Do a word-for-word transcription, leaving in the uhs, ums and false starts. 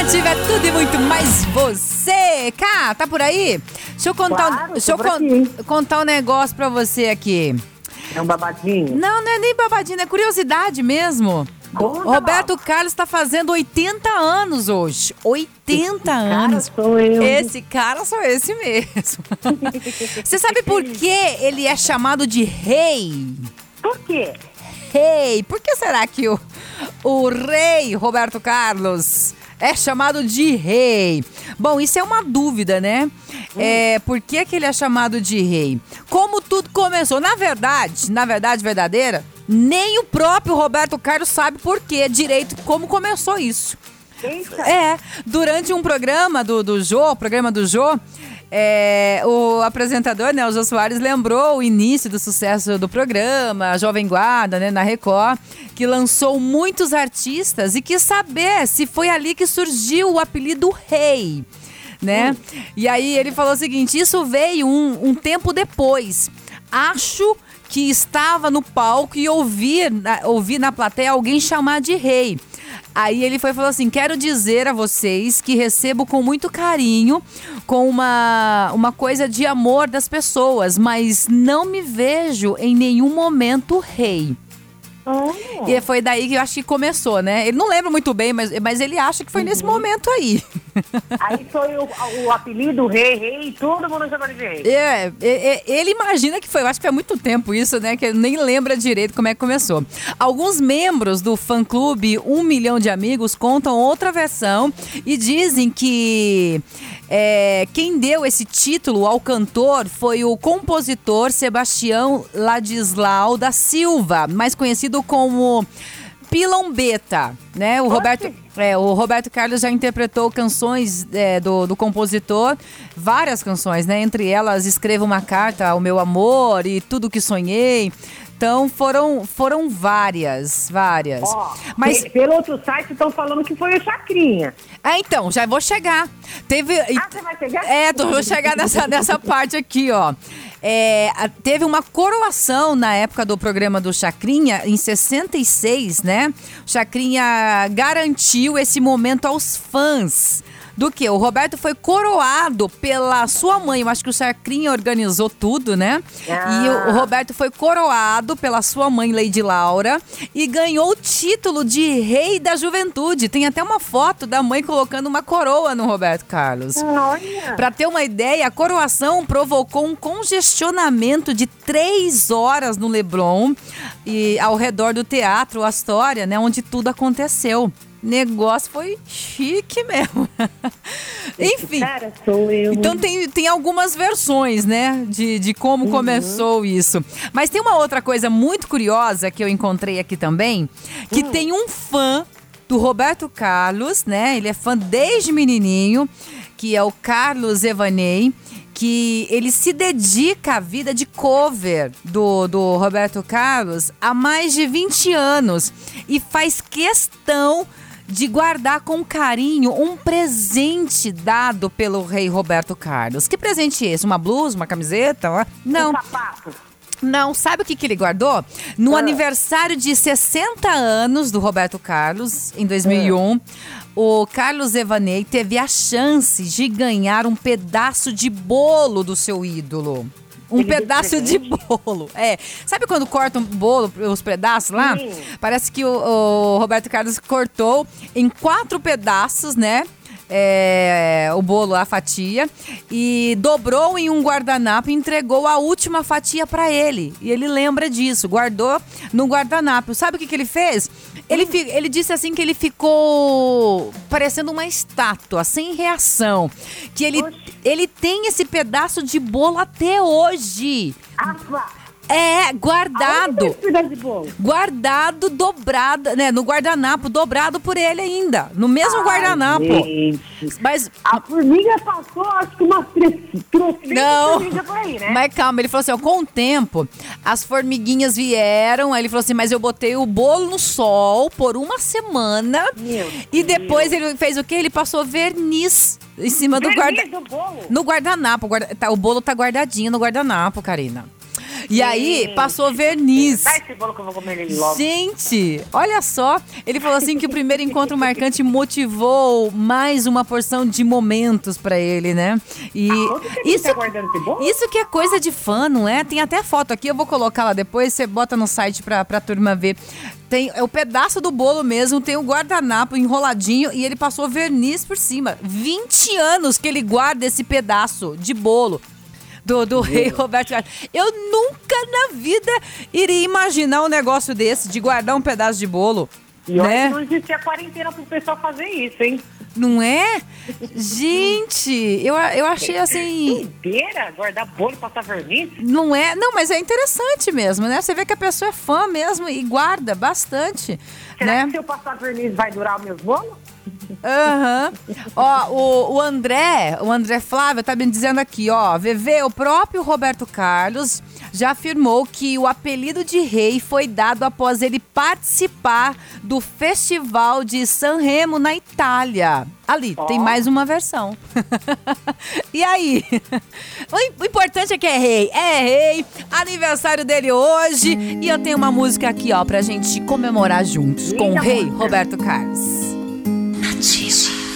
Ativa é tudo e muito mais você. Cá, tá por aí? Deixa eu contar, Claro, um, deixa eu con- contar um negócio pra você aqui. É um babadinho? Não, não é nem babadinho, é curiosidade mesmo. Conta, Roberto Val. Carlos tá fazendo oitenta anos hoje. oitenta anos. Cara, sou eu. Esse cara sou esse mesmo. Você sabe por que ele é chamado de rei? Por quê? Rei. Por que será que o, o rei Roberto Carlos é chamado de rei? Bom, isso é uma dúvida, né? Hum. É, por que, que ele é chamado de rei? Como tudo começou? Na verdade, na verdade verdadeira, nem o próprio Roberto Carlos sabe por que direito como começou isso. Eita. É, durante um programa do, do Jô, programa do Jô, é, o apresentador, né, o Jô Soares, lembrou o início do sucesso do programa, a Jovem Guarda, né, na Record, que lançou muitos artistas e quis saber se foi ali que surgiu o apelido Rei, né? Hum. E aí ele falou o seguinte, isso veio um, um tempo depois. Acho que estava no palco e ouvi, ouvi na plateia alguém chamar de rei. Aí ele foi e falou assim, quero dizer a vocês que recebo com muito carinho, com uma, uma coisa de amor das pessoas, mas não me vejo em nenhum momento rei. Oh. E foi daí que eu acho que começou, né? Ele não lembra muito bem, mas, mas ele acha que foi uhum. nesse momento aí. Aí foi o, o apelido rei, rei, todo mundo chama de rei. É, é, ele imagina que foi, eu acho que faz muito tempo isso, né? Que ele nem lembra direito como é que começou. Alguns membros do fã-clube Um Milhão de Amigos contam outra versão e dizem que é, quem deu esse título ao cantor foi o compositor Sebastião Ladislau da Silva, mais conhecido como Pilombeta, né? O Roberto, é, o Roberto Carlos já interpretou canções é, do, do compositor, várias canções, né? Entre elas Escreva uma Carta ao Meu Amor e Tudo Que Sonhei. Então foram, foram várias, várias. Oh, mas pelo outro site estão falando que foi o Chacrinha. Ah, então, já vou chegar. Teve, ah, você vai chegar? É, tô, vou chegar nessa, nessa parte aqui, ó. É, teve uma coroação na época do programa do Chacrinha, em sessenta e seis, né? O Chacrinha garantiu esse momento aos fãs. Do que? O Roberto foi coroado pela sua mãe. Eu acho que o Chacrinha organizou tudo, né? Ah. E o, o Roberto foi coroado pela sua mãe, Lady Laura, e ganhou o título de Rei da Juventude. Tem até uma foto da mãe colocando uma coroa no Roberto Carlos. Olha! Pra ter uma ideia, a coroação provocou um congestionamento de três horas no Leblon e ao redor do Teatro Astoria, né? Onde tudo aconteceu. Negócio foi chique mesmo. Enfim. Cara, sou eu. Então tem, tem algumas versões, né? De, de como uhum. começou isso. Mas tem uma outra coisa muito curiosa que eu encontrei aqui também. Que uhum. tem um fã do Roberto Carlos, né? Ele é fã desde menininho. Que é o Carlos Evanei. Que ele se dedica à vida de cover do, do Roberto Carlos há mais de vinte anos. E faz questão de guardar com carinho um presente dado pelo rei Roberto Carlos. Que presente é esse? Uma blusa, uma camiseta? Não. Um sapato. Não, sabe o que, que ele guardou? No ah. aniversário de sessenta anos do Roberto Carlos, em dois mil e um, ah. o Carlos Evanei teve a chance de ganhar um pedaço de bolo do seu ídolo. Um Ele pedaço de bolo. É. Sabe quando cortam um bolo, os pedaços lá? Sim. Parece que o, o Roberto Carlos cortou em quatro pedaços, né? É, o bolo, a fatia, e dobrou em um guardanapo e entregou a última fatia pra ele. E ele lembra disso, guardou no guardanapo. Sabe o que, que ele fez? Ele, fi, ele disse assim que ele ficou parecendo uma estátua, sem reação. Que ele, ele tem esse pedaço de bolo até hoje. Afa. É, guardado. Guardado, dobrado, né? No guardanapo, dobrado por ele ainda. No mesmo Ai, guardanapo. Gente. Mas a formiga passou, acho que umas três Não, formigas por aí, né? Mas calma, ele falou assim, ó, com o tempo, as formiguinhas vieram, aí ele falou assim, mas eu botei o bolo no sol por uma semana. Meu e depois Deus. Ele fez o quê? Ele passou verniz em cima verniz do guarda... do bolo? No guardanapo. Guarda... Tá, o bolo tá guardadinho no guardanapo, Karina. E aí, passou verniz. Dá esse bolo que eu vou comer ele logo. Gente, olha só. Ele falou assim que o primeiro encontro marcante motivou mais uma porção de momentos pra ele, né? E Ah, quanto tempo isso, você tá guardando esse bolo? isso que é coisa de fã, não é? Tem até foto aqui, eu vou colocar lá depois, você bota no site pra, pra turma ver. Tem é o pedaço do bolo mesmo, tem o guardanapo enroladinho e ele passou verniz por cima. vinte anos que ele guarda esse pedaço de bolo do, do rei Roberto Carlos. Eu nunca na vida iria imaginar um negócio desse, de guardar um pedaço de bolo. E olha né? que não existia quarentena pro pessoal fazer isso, hein? Não é? Gente, eu, eu achei assim... Inteira? Guardar bolo e passar verniz? Não é? Não, mas é interessante mesmo, né? Você vê que a pessoa é fã mesmo e guarda bastante, Será né? que se eu passar verniz vai durar o meu bolo? Aham. Ó, o, o André, o André Flávio tá me dizendo aqui, ó, V V, o próprio Roberto Carlos já afirmou que o apelido de rei foi dado após ele participar do Festival de Sanremo na Itália. Ali, Ó. tem mais uma versão. E aí? O, o importante é que é rei. É rei. Aniversário dele hoje. E eu tenho uma música aqui, ó, pra gente comemorar juntos com o Linda rei música. Roberto Carlos. Notícia.